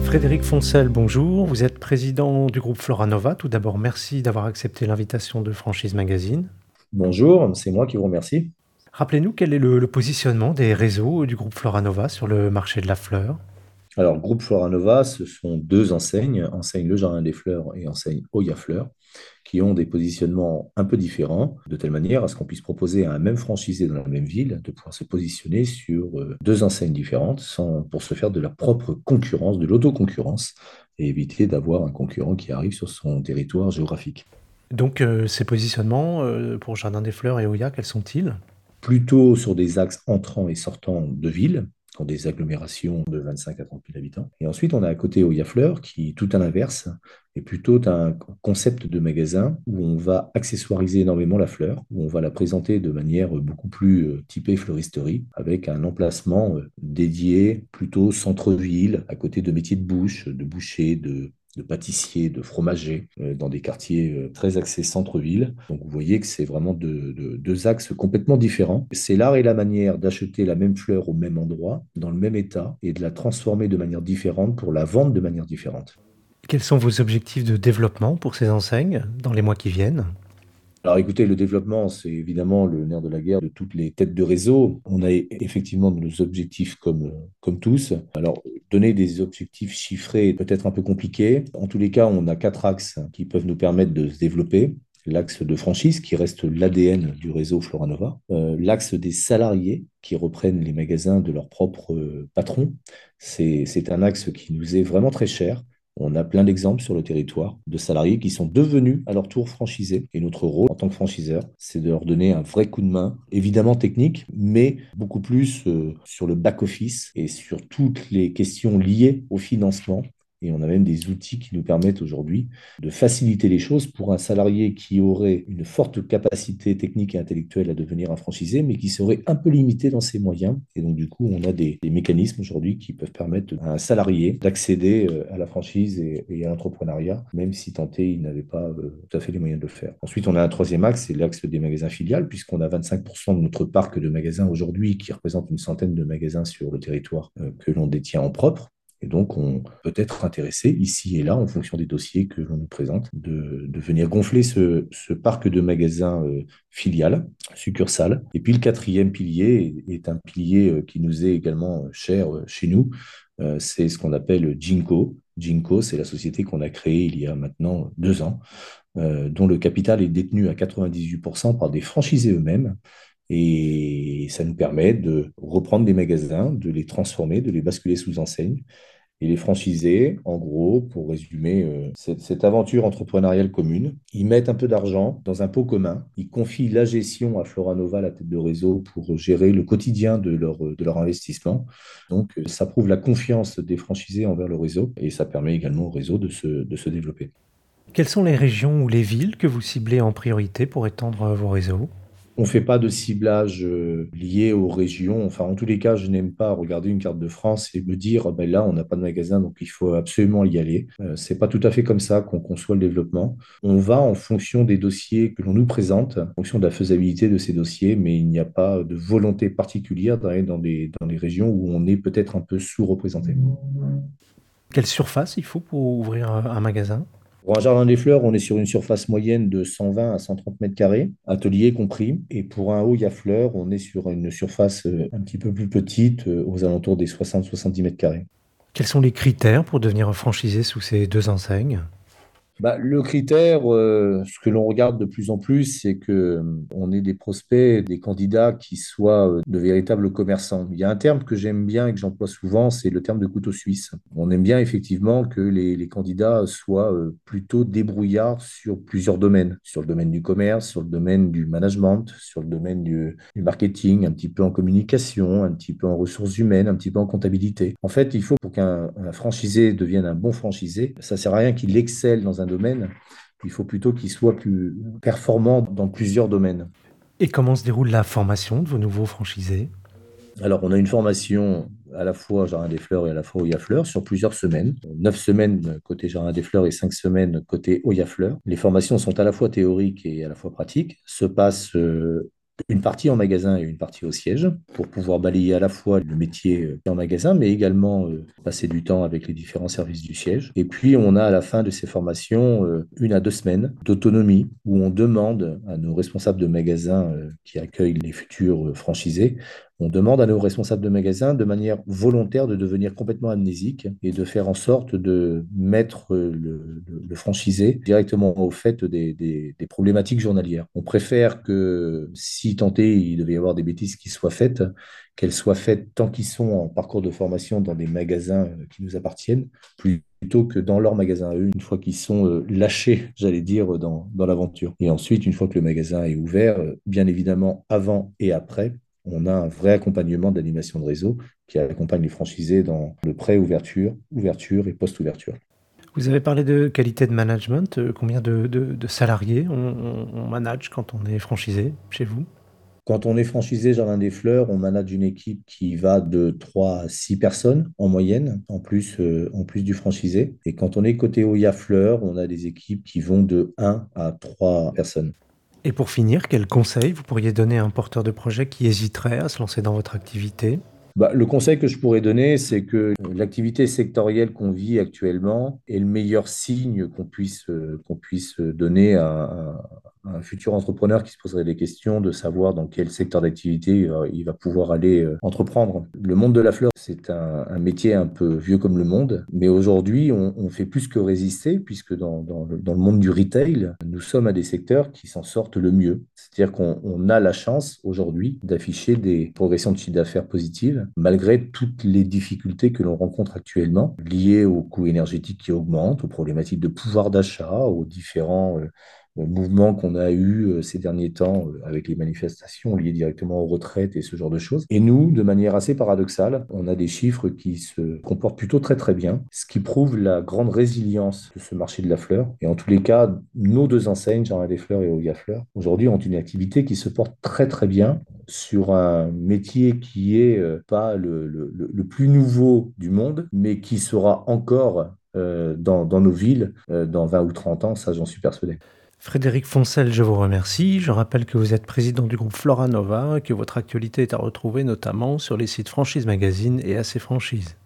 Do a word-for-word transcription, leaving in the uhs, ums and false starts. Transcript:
Frédéric Foncel, bonjour. Vous êtes président du groupe Floranova. Tout d'abord, merci d'avoir accepté l'invitation de Franchise Magazine. Bonjour, c'est moi qui vous remercie. Rappelez-nous quel est le, le positionnement des réseaux du groupe Floranova sur le marché de la fleur. Alors, groupe Floranova, ce sont deux enseignes, enseigne Le Jardin des Fleurs et enseigne Oya Fleurs, qui ont des positionnements un peu différents, de telle manière à ce qu'on puisse proposer à un même franchisé dans la même ville de pouvoir se positionner sur euh, deux enseignes différentes sans, pour se faire de la propre concurrence, de l'autoconcurrence, et éviter d'avoir un concurrent qui arrive sur son territoire géographique. Donc, euh, ces positionnements euh, pour Jardin des Fleurs et Oya, quels sont-ils? Plutôt sur des axes entrants et sortants de villes, dans des agglomérations de vingt-cinq à trente mille habitants. Et ensuite, on a à côté Oya Fleur, qui, tout à l'inverse, est plutôt un concept de magasin où on va accessoiriser énormément la fleur, où on va la présenter de manière beaucoup plus euh, typée fleuristerie, avec un emplacement euh, dédié plutôt centre-ville, à côté de métiers de bouche, de boucher, de de pâtissiers, de fromagers, euh, dans des quartiers euh, très axés centre-ville. Donc vous voyez que c'est vraiment deux, deux- deux axes complètement différents. C'est l'art et la manière d'acheter la même fleur au même endroit, dans le même état, et de la transformer de manière différente pour la vendre de manière différente. Quels sont vos objectifs de développement pour ces enseignes dans les mois qui viennent? Alors écoutez, le développement, c'est évidemment le nerf de la guerre de toutes les têtes de réseau. On a effectivement nos objectifs comme, comme tous. Alors, donner des objectifs chiffrés est peut-être un peu compliqué. En tous les cas, on a quatre axes qui peuvent nous permettre de se développer. L'axe de franchise, qui reste l'A D N du réseau Floranova. Euh, l'axe des salariés, qui reprennent les magasins de leur propre euh, patron. C'est, c'est un axe qui nous est vraiment très cher. On a plein d'exemples sur le territoire de salariés qui sont devenus à leur tour franchisés. Et notre rôle en tant que franchiseur, c'est de leur donner un vrai coup de main, évidemment technique, mais beaucoup plus euh, sur le back-office et sur toutes les questions liées au financement. Et on a même des outils qui nous permettent aujourd'hui de faciliter les choses pour un salarié qui aurait une forte capacité technique et intellectuelle à devenir un franchisé, mais qui serait un peu limité dans ses moyens. Et donc, du coup, on a des, des mécanismes aujourd'hui qui peuvent permettre à un salarié d'accéder euh, à la franchise et, et à l'entrepreneuriat, même si tenté, il n'avait pas euh, tout à fait les moyens de le faire. Ensuite, on a un troisième axe, c'est l'axe des magasins filiales, puisqu'on a vingt-cinq pour cent de notre parc de magasins aujourd'hui qui représente une centaine de magasins sur le territoire euh, que l'on détient en propre. Et donc, on peut être intéressé ici et là, en fonction des dossiers que l'on nous présente, de, de venir gonfler ce, ce parc de magasins euh, filiales, succursales. Et puis, le quatrième pilier est, est un pilier euh, qui nous est également euh, cher euh, chez nous. Euh, c'est ce qu'on appelle Jinko. Jinko, c'est la société qu'on a créée il y a maintenant deux ans, euh, dont le capital est détenu à quatre-vingt-dix-huit pour cent par des franchisés eux-mêmes. Et ça nous permet de reprendre des magasins, de les transformer, de les basculer sous enseigne et les franchisés, en gros, pour résumer euh, cette, cette aventure entrepreneuriale commune, ils mettent un peu d'argent dans un pot commun, ils confient la gestion à Floranova, la tête de réseau, pour gérer le quotidien de leur, de leur investissement. Donc, euh, ça prouve la confiance des franchisés envers le réseau et ça permet également au réseau de se, de se développer. Quelles sont les régions ou les villes que vous ciblez en priorité pour étendre euh, vos réseaux? On ne fait pas de ciblage euh, lié aux régions. Enfin, en tous les cas, je n'aime pas regarder une carte de France et me dire, ah ben là, on n'a pas de magasin, donc il faut absolument y aller. Euh, c'est pas tout à fait comme ça qu'on conçoit le développement. On va en fonction des dossiers que l'on nous présente, en fonction de la faisabilité de ces dossiers, mais il n'y a pas de volonté particulière d'aller dans des, dans des régions où on est peut-être un peu sous-représenté. Quelle surface il faut pour ouvrir un un magasin? Pour un jardin des fleurs, on est sur une surface moyenne de cent vingt à cent trente mètres carrés, atelier compris. Et pour un haut, il y a fleurs, on est sur une surface euh, un petit peu plus petite, euh, aux alentours des soixante à soixante-dix mètres carrés. Quels sont les critères pour devenir franchisé sous ces deux enseignes? Bah, le critère, euh, ce que l'on regarde de plus en plus, c'est que euh, on ait des prospects, des candidats qui soient euh, de véritables commerçants. Il y a un terme que j'aime bien et que j'emploie souvent, c'est le terme de couteau suisse. On aime bien effectivement que les, les candidats soient euh, plutôt débrouillards sur plusieurs domaines, sur le domaine du commerce, sur le domaine du management, sur le domaine du, du marketing, un petit peu en communication, un petit peu en ressources humaines, un petit peu en comptabilité. En fait, il faut pour qu'un un franchisé devienne un bon franchisé, ça ne sert à rien qu'il excelle dans un domaine, il faut plutôt qu'il soit plus performant dans plusieurs domaines. Et comment se déroule la formation de vos nouveaux franchisés? Alors, on a une formation à la fois Jardin des Fleurs et à la fois Oya Fleurs sur plusieurs semaines. Neuf semaines côté Jardin des Fleurs et cinq semaines côté Oya Fleurs. Les formations sont à la fois théoriques et à la fois pratiques, se passent euh, une partie en magasin et une partie au siège pour pouvoir balayer à la fois le métier euh, en magasin, mais également euh, passer du temps avec les différents services du siège. Et puis, on a à la fin de ces formations euh, une à deux semaines d'autonomie où on demande à nos responsables de magasin euh, qui accueillent les futurs euh, franchisés, on demande à nos responsables de magasin de manière volontaire de devenir complètement amnésique et de faire en sorte de mettre le, le- le franchisé directement au fait des, des- des problématiques journalières. On préfère que si tant est il devait y avoir des bêtises qui soient faites, qu'elles soient faites tant qu'ils sont en parcours de formation dans des magasins euh, qui nous appartiennent, plutôt que dans leur magasin à eux, une fois qu'ils sont euh, lâchés, j'allais dire, dans, dans l'aventure. Et ensuite, une fois que le magasin est ouvert, euh, bien évidemment, avant et après, on a un vrai accompagnement d'animation de réseau qui accompagne les franchisés dans le pré-ouverture, ouverture et post-ouverture. Vous avez parlé de qualité de management. Euh, Combien de, de- de salariés on, on- on manage quand on est franchisé chez vous? Quand on est franchisé Jardin des Fleurs, on manage une équipe qui va de trois à six personnes en moyenne, en plus, euh, en plus du franchisé. Et quand on est côté Oya Fleurs, on a des équipes qui vont de un à trois personnes. Et pour finir, quel conseil vous pourriez donner à un porteur de projet qui hésiterait à se lancer dans votre activité? Bah, le conseil que je pourrais donner, c'est que l'activité sectorielle qu'on vit actuellement est le meilleur signe qu'on puisse, euh, qu'on puisse donner à, à- à un futur entrepreneur qui se poserait des questions de savoir dans quel secteur d'activité euh, il va pouvoir aller euh, entreprendre. Le monde de la fleur, c'est un, un métier un peu vieux comme le monde, mais aujourd'hui, on, on fait plus que résister, puisque dans, dans le, dans le monde du retail, nous sommes à des secteurs qui s'en sortent le mieux. C'est-à-dire qu'on on a la chance aujourd'hui d'afficher des progressions de chiffre d'affaires positives, malgré toutes les difficultés que l'on rencontre actuellement, liées aux coûts énergétiques qui augmentent, aux problématiques de pouvoir d'achat, aux différents euh, mouvements qu'on a eus euh, ces derniers temps euh, avec les manifestations liées directement aux retraites et ce genre de choses. Et nous, de manière assez paradoxale, on a des chiffres qui se comportent plutôt très très bien, ce qui prouve la grande résilience de ce marché de la fleur. Et en tous les cas, nos deux enseignes, Jardin des Fleurs et Oya Fleurs, aujourd'hui ont une activité qui se porte très très bien sur un métier qui est euh, pas le, le- le- le plus nouveau du monde, mais qui sera encore euh, dans, dans nos villes euh, dans vingt ou trente ans, ça j'en suis persuadé. Frédéric Foncel, je vous remercie. Je rappelle que vous êtes président du groupe Flora Nova et que votre actualité est à retrouver notamment sur les sites Franchise Magazine et A C Franchise.